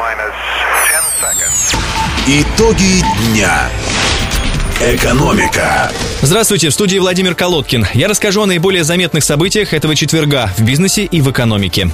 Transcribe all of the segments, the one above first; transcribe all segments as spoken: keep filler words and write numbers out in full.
Итоги дня. Экономика. Здравствуйте, в студии Владимир Колодкин. Я расскажу о наиболее заметных событиях этого четверга в бизнесе и в экономике.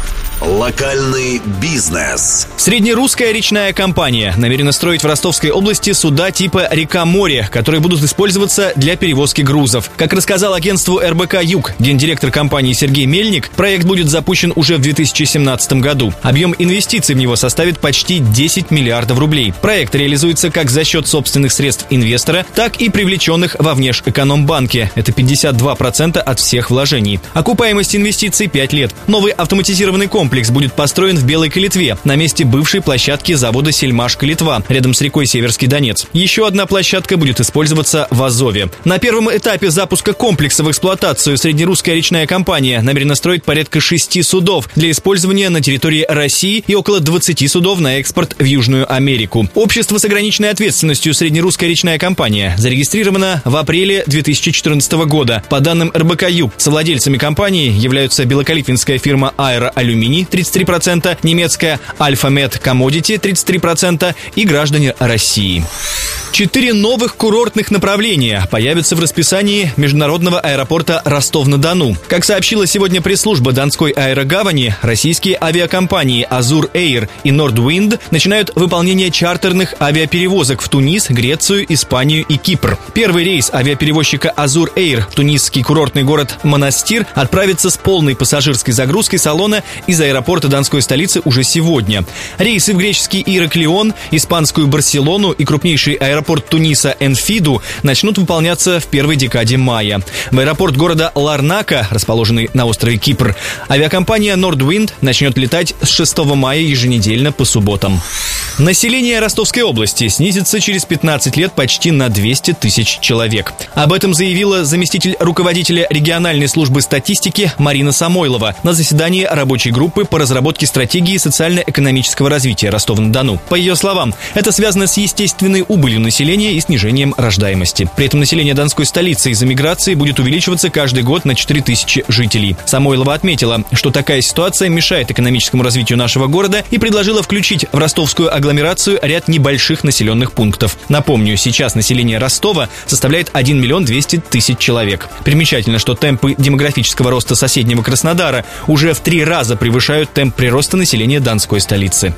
Локальный бизнес. Среднерусская речная компания намерена строить в Ростовской области суда типа «Река-море», которые будут использоваться для перевозки грузов. Как рассказал агентству эр бэ ка «Юг» гендиректор компании Сергей Мельник, проект будет запущен уже в две тысячи семнадцатом году. Объем инвестиций в него составит почти десять миллиардов рублей. Проект реализуется как за счет собственных средств инвестора, так и привлеченных во Внешэкономбанке. Это пятьдесят два процента от всех вложений. Окупаемость инвестиций пять лет. Новый автоматизированный комплекс Комплекс будет построен в Белой Калитве, на месте бывшей площадки завода «Сельмаш-Калитва», рядом с рекой Северский Донец. Еще одна площадка будет использоваться в Азове. На первом этапе запуска комплекса в эксплуатацию среднерусская речная компания намерена строить порядка шести судов для использования на территории России и около двадцати судов на экспорт в Южную Америку. Общество с ограниченной ответственностью «Среднерусская речная компания» зарегистрировано в апреле две тысячи четырнадцатого года. По данным эр бэ ка «Юг», совладельцами компании являются белокалитвинская фирма «Аэроалюминий» тридцать три процента, немецкая «Альфа-Мед Коммодити» тридцать три процента и граждане России. Четыре новых курортных направления появятся в расписании международного аэропорта Ростов-на-Дону. Как сообщила сегодня пресс-служба Донской аэрогавани, российские авиакомпании «Азур Эйр» и «Нордвинд» начинают выполнение чартерных авиаперевозок в Тунис, Грецию, Испанию и Кипр. Первый рейс авиаперевозчика «Азур Эйр» в тунисский курортный город Монастир отправится с полной пассажирской загрузкой салона из аэропорта донской столицы уже сегодня. Рейсы в греческий Ираклион, испанскую Барселону и крупнейший аэропорт Аэропорт Туниса Энфиду начнут выполняться в первой декаде мая. В аэропорт города Ларнака, расположенный на острове Кипр, авиакомпания «Нордвинд» начнет летать с шестого мая еженедельно по субботам. Население Ростовской области снизится через пятнадцать лет почти на двести тысяч человек. Об этом заявила заместитель руководителя региональной службы статистики Марина Самойлова на заседании рабочей группы по разработке стратегии социально-экономического развития Ростова-на-Дону. По ее словам, это связано с естественной убылью населения и снижением рождаемости. При этом население Донской столицы из-за миграции будет увеличиваться каждый год на четыре тысячи жителей. Самойлова отметила, что такая ситуация мешает экономическому развитию нашего города и предложила включить в ростовскую агломерацию ряд небольших населенных пунктов. Напомню, сейчас население Ростова составляет один миллион двести тысяч человек. Примечательно, что темпы демографического роста соседнего Краснодара уже в три раза превышают темп прироста населения Донской столицы.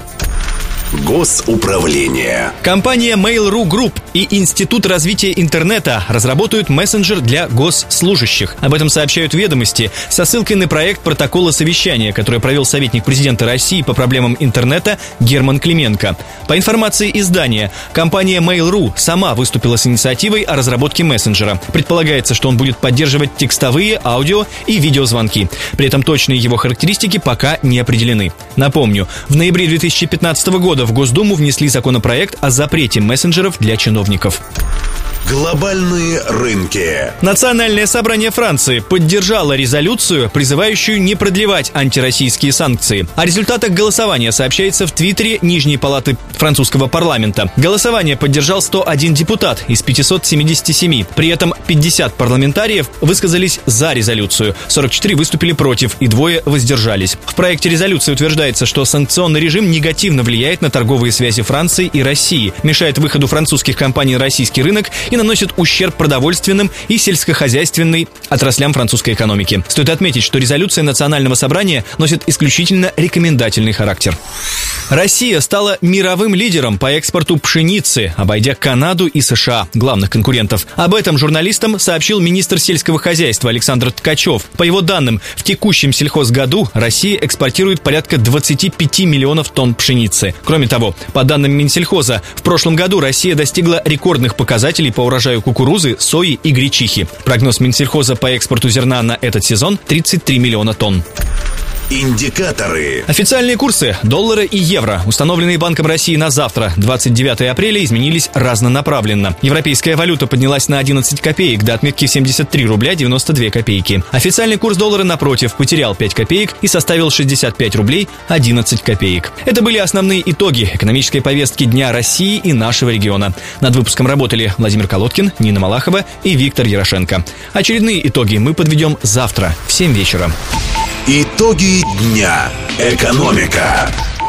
Госуправление. Компания Mail.ru Group и Институт развития интернета разработают мессенджер для госслужащих. Об этом сообщают «Ведомости» со ссылкой на проект протокола совещания, который провел советник президента России по проблемам интернета Герман Клименко. По информации издания, компания Mail.ru сама выступила с инициативой о разработке мессенджера. Предполагается, что он будет поддерживать текстовые, аудио и видеозвонки. При этом точные его характеристики пока не определены. Напомню, в ноябре две тысячи пятнадцатого года в Госдуму внесли законопроект о запрете мессенджеров для чиновников. Глобальные рынки. Национальное собрание Франции поддержало резолюцию, призывающую не продлевать антироссийские санкции. О результатах голосования сообщается в Твиттере Нижней палаты французского парламента. Голосование поддержал сто один депутат из пятисот семидесяти семи. При этом пятьдесят парламентариев высказались за резолюцию, сорок четыре выступили против и двое воздержались. В проекте резолюции утверждается, что санкционный режим негативно влияет на торговые связи Франции и России, мешает выходу французских компаний на российский рынок и наносит ущерб продовольственным и сельскохозяйственной отраслям французской экономики. Стоит отметить, что резолюция Национального собрания носит исключительно рекомендательный характер. Россия стала мировым лидером по экспорту пшеницы, обойдя Канаду и США, главных конкурентов. Об этом журналистам сообщил министр сельского хозяйства Александр Ткачев. По его данным, в текущем сельхозгоду Россия экспортирует порядка двадцати пяти миллионов тонн пшеницы. Кроме того, по данным Минсельхоза, в прошлом году Россия достигла рекордных показателей по урожаю кукурузы, сои и гречихи. Прогноз Минсельхоза по экспорту зерна на этот сезон – тридцать три миллиона тонн. Индикаторы. Официальные курсы доллара и евро, установленные Банком России на завтра, двадцать девятого апреля, изменились разнонаправленно. Европейская валюта поднялась на одиннадцать копеек до отметки в семьдесят три рубля девяносто две копейки. Официальный курс доллара, напротив, потерял пять копеек и составил шестьдесят пять рублей одиннадцать копеек. Это были основные итоги экономической повестки Дня России и нашего региона. Над выпуском работали Владимир Колодкин, Нина Малахова и Виктор Ярошенко. Очередные итоги мы подведем завтра в семь вечера. Итоги дня. Экономика.